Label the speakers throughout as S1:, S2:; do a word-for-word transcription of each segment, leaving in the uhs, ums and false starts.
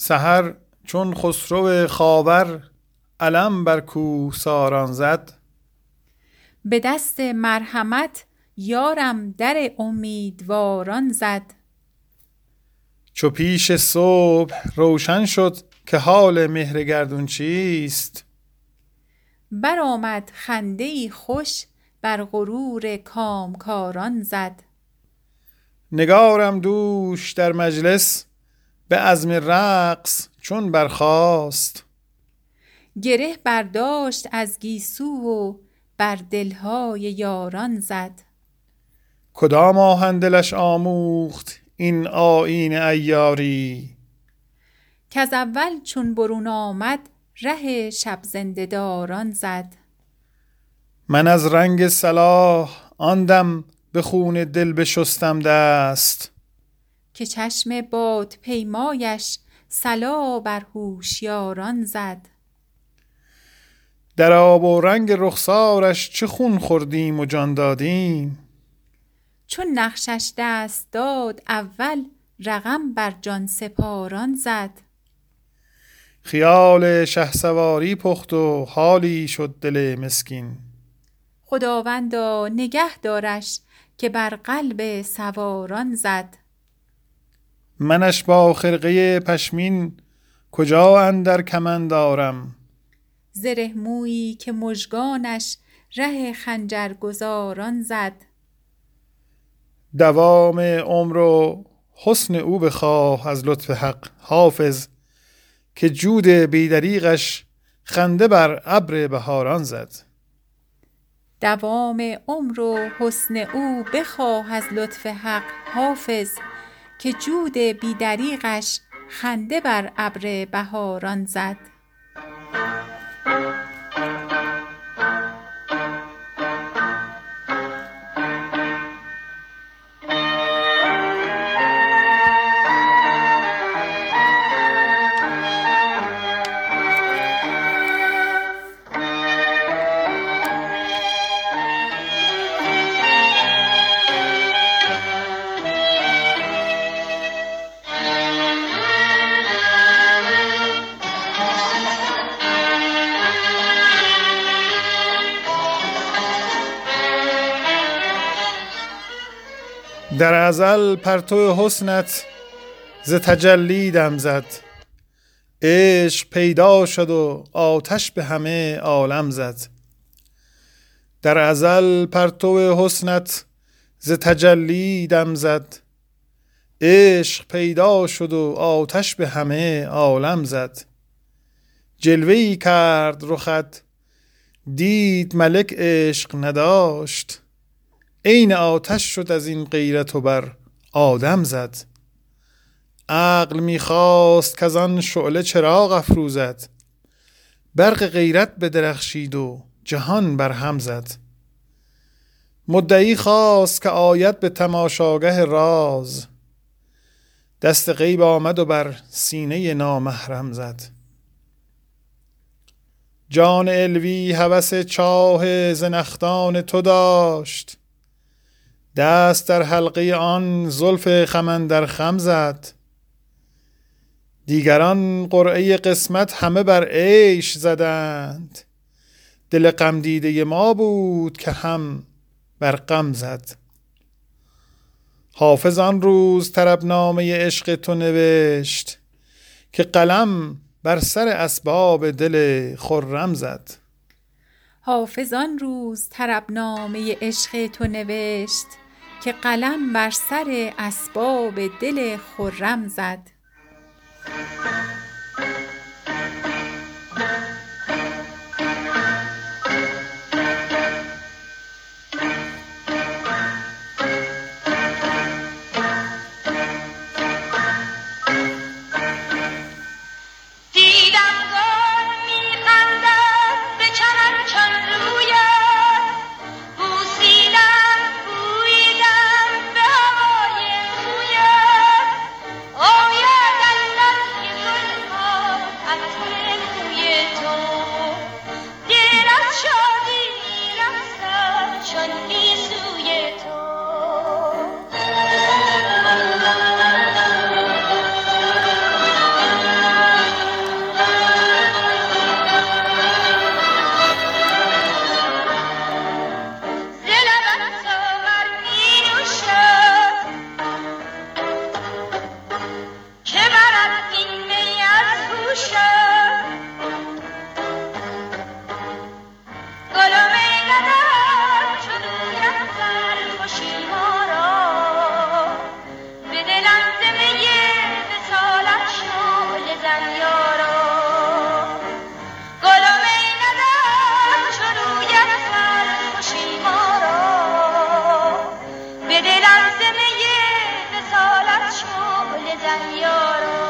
S1: سحر چون خسرو خاور علم بر کوهساران زد.
S2: به دست مرحمت یارم در امیدواران زد.
S1: چو پیش صبح روشن شد که حال مهر گردون چیست.
S2: برآمد خنده‌ای خوش بر غرور کامکاران زد.
S1: نگارم دوش در مجلس به عزم رقص چون برخاست.
S2: گره برداشت از گیسو و بر دلهای یاران زد.
S1: کدام آهن دلش آموخت این آیین عیاری.
S2: کز اول چون برون آمد ره شب زنده داران زد.
S1: من از رنگ صلاح آن دم به خون دل بشستم دست.
S2: که چشم باد پیمایش صلا بر هوشیاران زد.
S1: در آب و رنگ رخسارش چه خون خوردیم و جان دادیم.
S2: چون نقشش دست داد اول رقم بر جان سپاران زد.
S1: خیال شهسواری پخت و حالی شد دل مسکین.
S2: خداوندا نگه دارش که بر قلب سواران زد.
S1: منش با خرقه پشمین کجا اندر کمند دارم.
S2: زره مویی که مژگانش ره خنجر گذاران زد.
S1: دوام عمر و حسن او بخواه از لطف حق حافظ. که جود بیدریغش خنده بر ابر بهاران زد.
S2: دوام عمر و حسن او بخواه از لطف حق حافظ. که جود بیدریغش خنده بر ابر بهاران زد.
S1: در ازل پرتو حسنت ز تجلی دم زد. عشق پیدا شد و آتش به همه عالم زد. در ازل پرتو حسنت ز تجلی دم زد. عشق پیدا شد و آتش به همه عالم زد. جلوه‌ای کرد رخت دید ملک عشق نداشت. عین آتش شد از این غیرت و بر آدم زد. عقل میخواست که از آن شعله چراغ افروزد. برق غیرت بدرخشید و جهان بر هم زد. مدعی خواست که آید به تماشاگه راز. دست غیب آمد و بر سینه نامحرم زد. جان علوی هوس چاه زنخدان تو داشت. دست در حلقه آن زلف خم اندر خم زد. دیگران قرعه قسمت همه بر عیش زدند. دل غم دیده ما بود که هم بر غم زد. حافظ آن روز طربنامه عشق تو نوشت. که قلم بر سر اسباب دل خرم زد.
S2: حافظ آن روز طربنامه عشق تو نوشت. که قلم بر سر اسباب دل خرم زد.
S3: Oh yeah! شب گلم ای ندم چون رویت سرخوشی ما را به دلم زمه وصالت شعله زن یارا گلم ای ندم چون رویت سرخوشی ما را به دلم زمه وصالت شعله زن یارا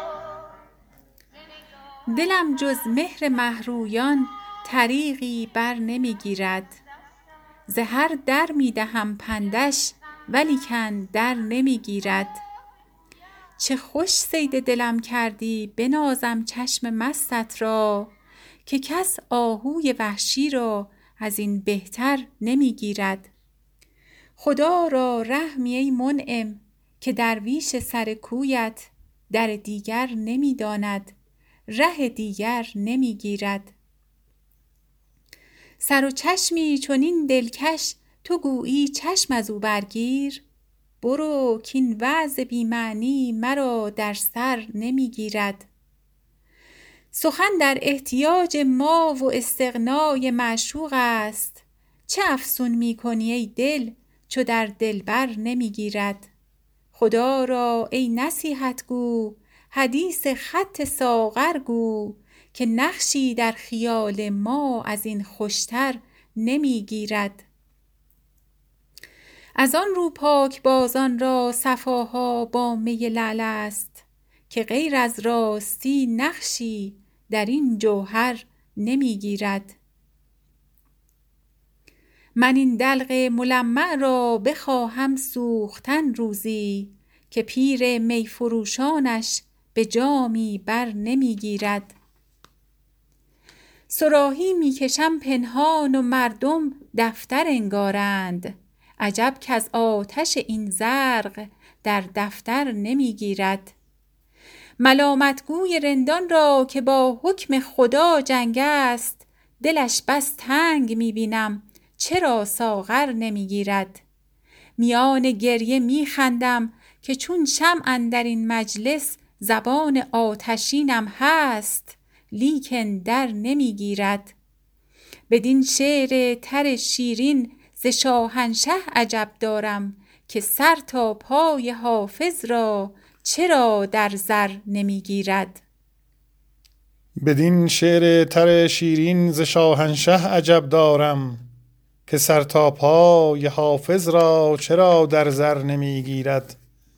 S2: دلم جز مهر مهرویان طریقی بر نمی گیرد ز هر در می دهم پندش ولیکن در نمی گیرد چه خوش صید دلم کردی بنازم چشم مستت را که کس آهوی وحشی را از این بهتر نمی گیرد خدا را رحمی ای منعم که درویش سر کویت در دیگر نمی داند ره دیگر نمی گیرد سر و چشمی چنین دلکش تو گویی چشم از او برگیر برو کین وعظ بی معنی مرا در سر نمی گیرد سخن در احتیاج ما و استغنای معشوق است چه افسون می کنی ای دل چو در دلبر نمی گیرد خدا را ای نصیحت گو حدیث خط ساغر گو که نقشی در خیال ما از این خوشتر نمی گیرد از آن رو پاک بازان را صفاها با می لعل است که غیر از راستی نقشی در این جوهر نمی گیرد من این دلق ملمع را بخواهم سوختن روزی که پیر می فروشانش به جامی بر نمی گیرد صراحی می کشم پنهان و مردم دفتر انگارند عجب کز آتش این زرق در دفتر نمی گیرد ملامتگوی رندان را که با حکم خدا جنگ است دلش بس تنگ می بینم چرا ساغر نمی گیرد میان گریه می خندم که چون شمع اندر این مجلس زبان آتشینم هست لیکن در نمی گیرد بدین شعر تر شیرین ز شاهنشه عجب دارم که سر تا پای حافظ را چرا در زر نمی گیرد
S1: بدین شعر تر شیرین ز شاهنشه عجب دارم که سر تا پای حافظ را چرا در زر نمی گیرد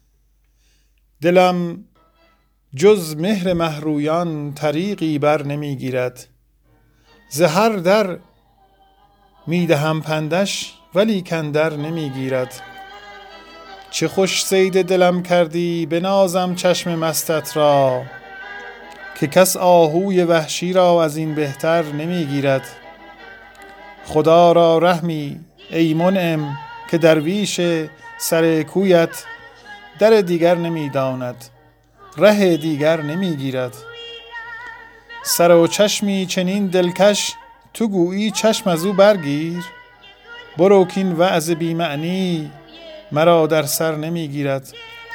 S1: دلم جز مهر مهرویان طریقی بر نمی گیرد ز هر در می دهم پندش ولیکن در نمی گیرد چه خوش صید دلم کردی بنازم چشم مستت را که کس آهوی وحشی را از این بهتر نمی گیرد خدا را رحمی ای منعم که درویش سر کویت در دیگر نمی داند ره دیگر نمی گیرد سر و چشمی چنین دلکش تو گویی چشم از او برگیر برو کین وعظ بی معنی مرا در سر نمی گیرد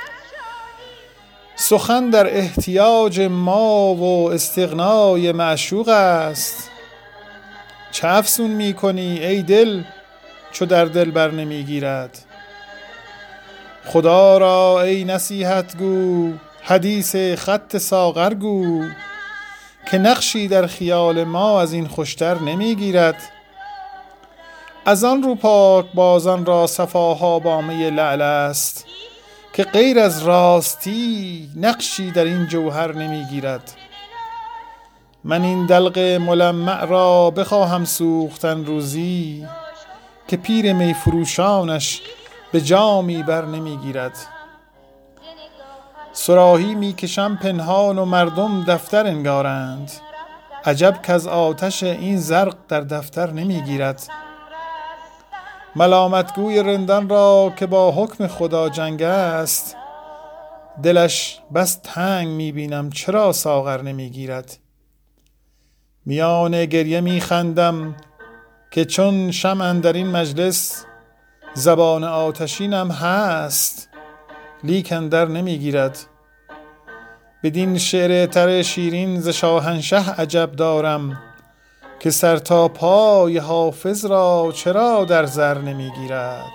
S1: سخن در احتیاج ما و استغنای معشوق است چه افسون می کنی ای دل چو در دل بر نمی گیرد خدا را ای نصیحت گو حدیث خط ساغر گو که نقشی در خیال ما از این خوشتر نمی گیرد از آن رو پاک بازان را صفاها با می لعل است که غیر از راستی نقشی در این جوهر نمی گیرد من این دلق ملمع را بخواهم سوختن روزی که پیر می فروشانش به جامی بر نمی گیرد صراحی می کشم پنهان و مردم دفتر انگارند عجب کز آتش این زرق در دفتر نمی گیرد ملامتگوی رندان را که با حکم خدا جنگ است دلش بس تنگ می بینم چرا ساغر نمی گیرد میان گریه می خندم که چون شمع در این مجلس زبان آتشینم هست لیکن در نمی گیرد بدین شعر تر شیرین ز شاهنشه عجب دارم، که سر تا پای حافظ را چرا در زر نمیگیرد.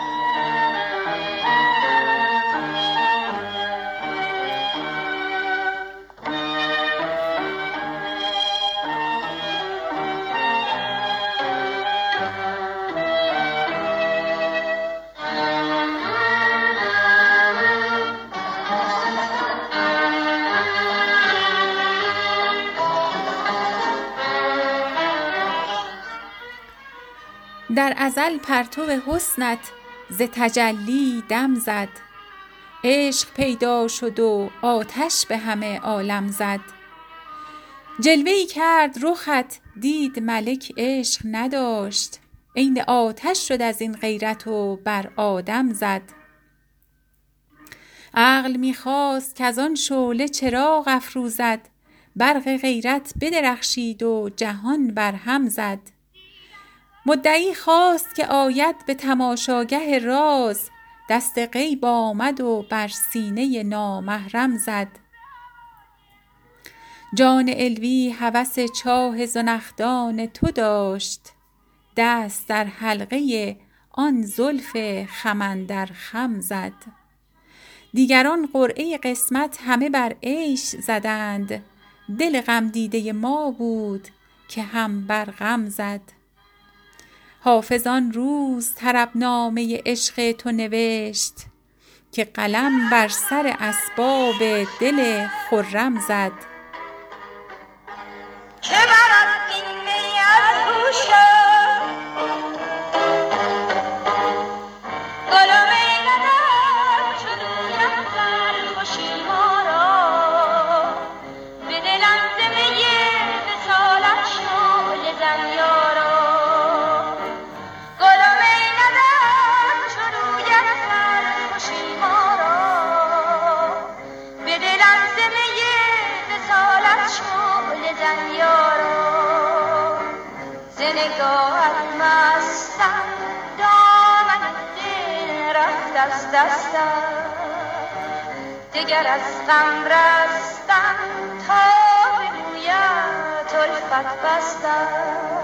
S2: در ازل پرتو حسنت ز تجلی دم زد، عشق پیدا شد و آتش به همه عالم زد. جلوه‌ای کرد رخت دید ملک عشق نداشت، عین آتش شد از این غیرت و بر آدم زد. عقل می‌خواست که از آن شعله چراغ افروزد، برق غیرت بدرخشید و جهان بر هم زد. مدعی خواست که آید به تماشاگه راز، دست غیب آمد و بر سینه نامحرم زد. جان علوی هوس چاه زنخدان تو داشت، دست در حلقه آن زلف خم اندر خم زد. دیگران قرعه قسمت همه بر عیش زدند، دل غم دیده ما بود که هم بر غم زد. حافظ آن روز طربنامه عشق تو نوشت، که قلم بر سر اسباب دل خرم زد.
S3: که برد این می از گوشم، گلم ای ندر چو رویت سرخوشی ما را، به دلم ز می وصالت شعله زن یارا. گلم ای ندر چو رویت سرخوشی ما را، به دلم ز می وصالت شعله زن یارا. ز نگاهت مستم دامن دل رفت از دستم، دگر از غم رستم تا به رویت الفت بستم.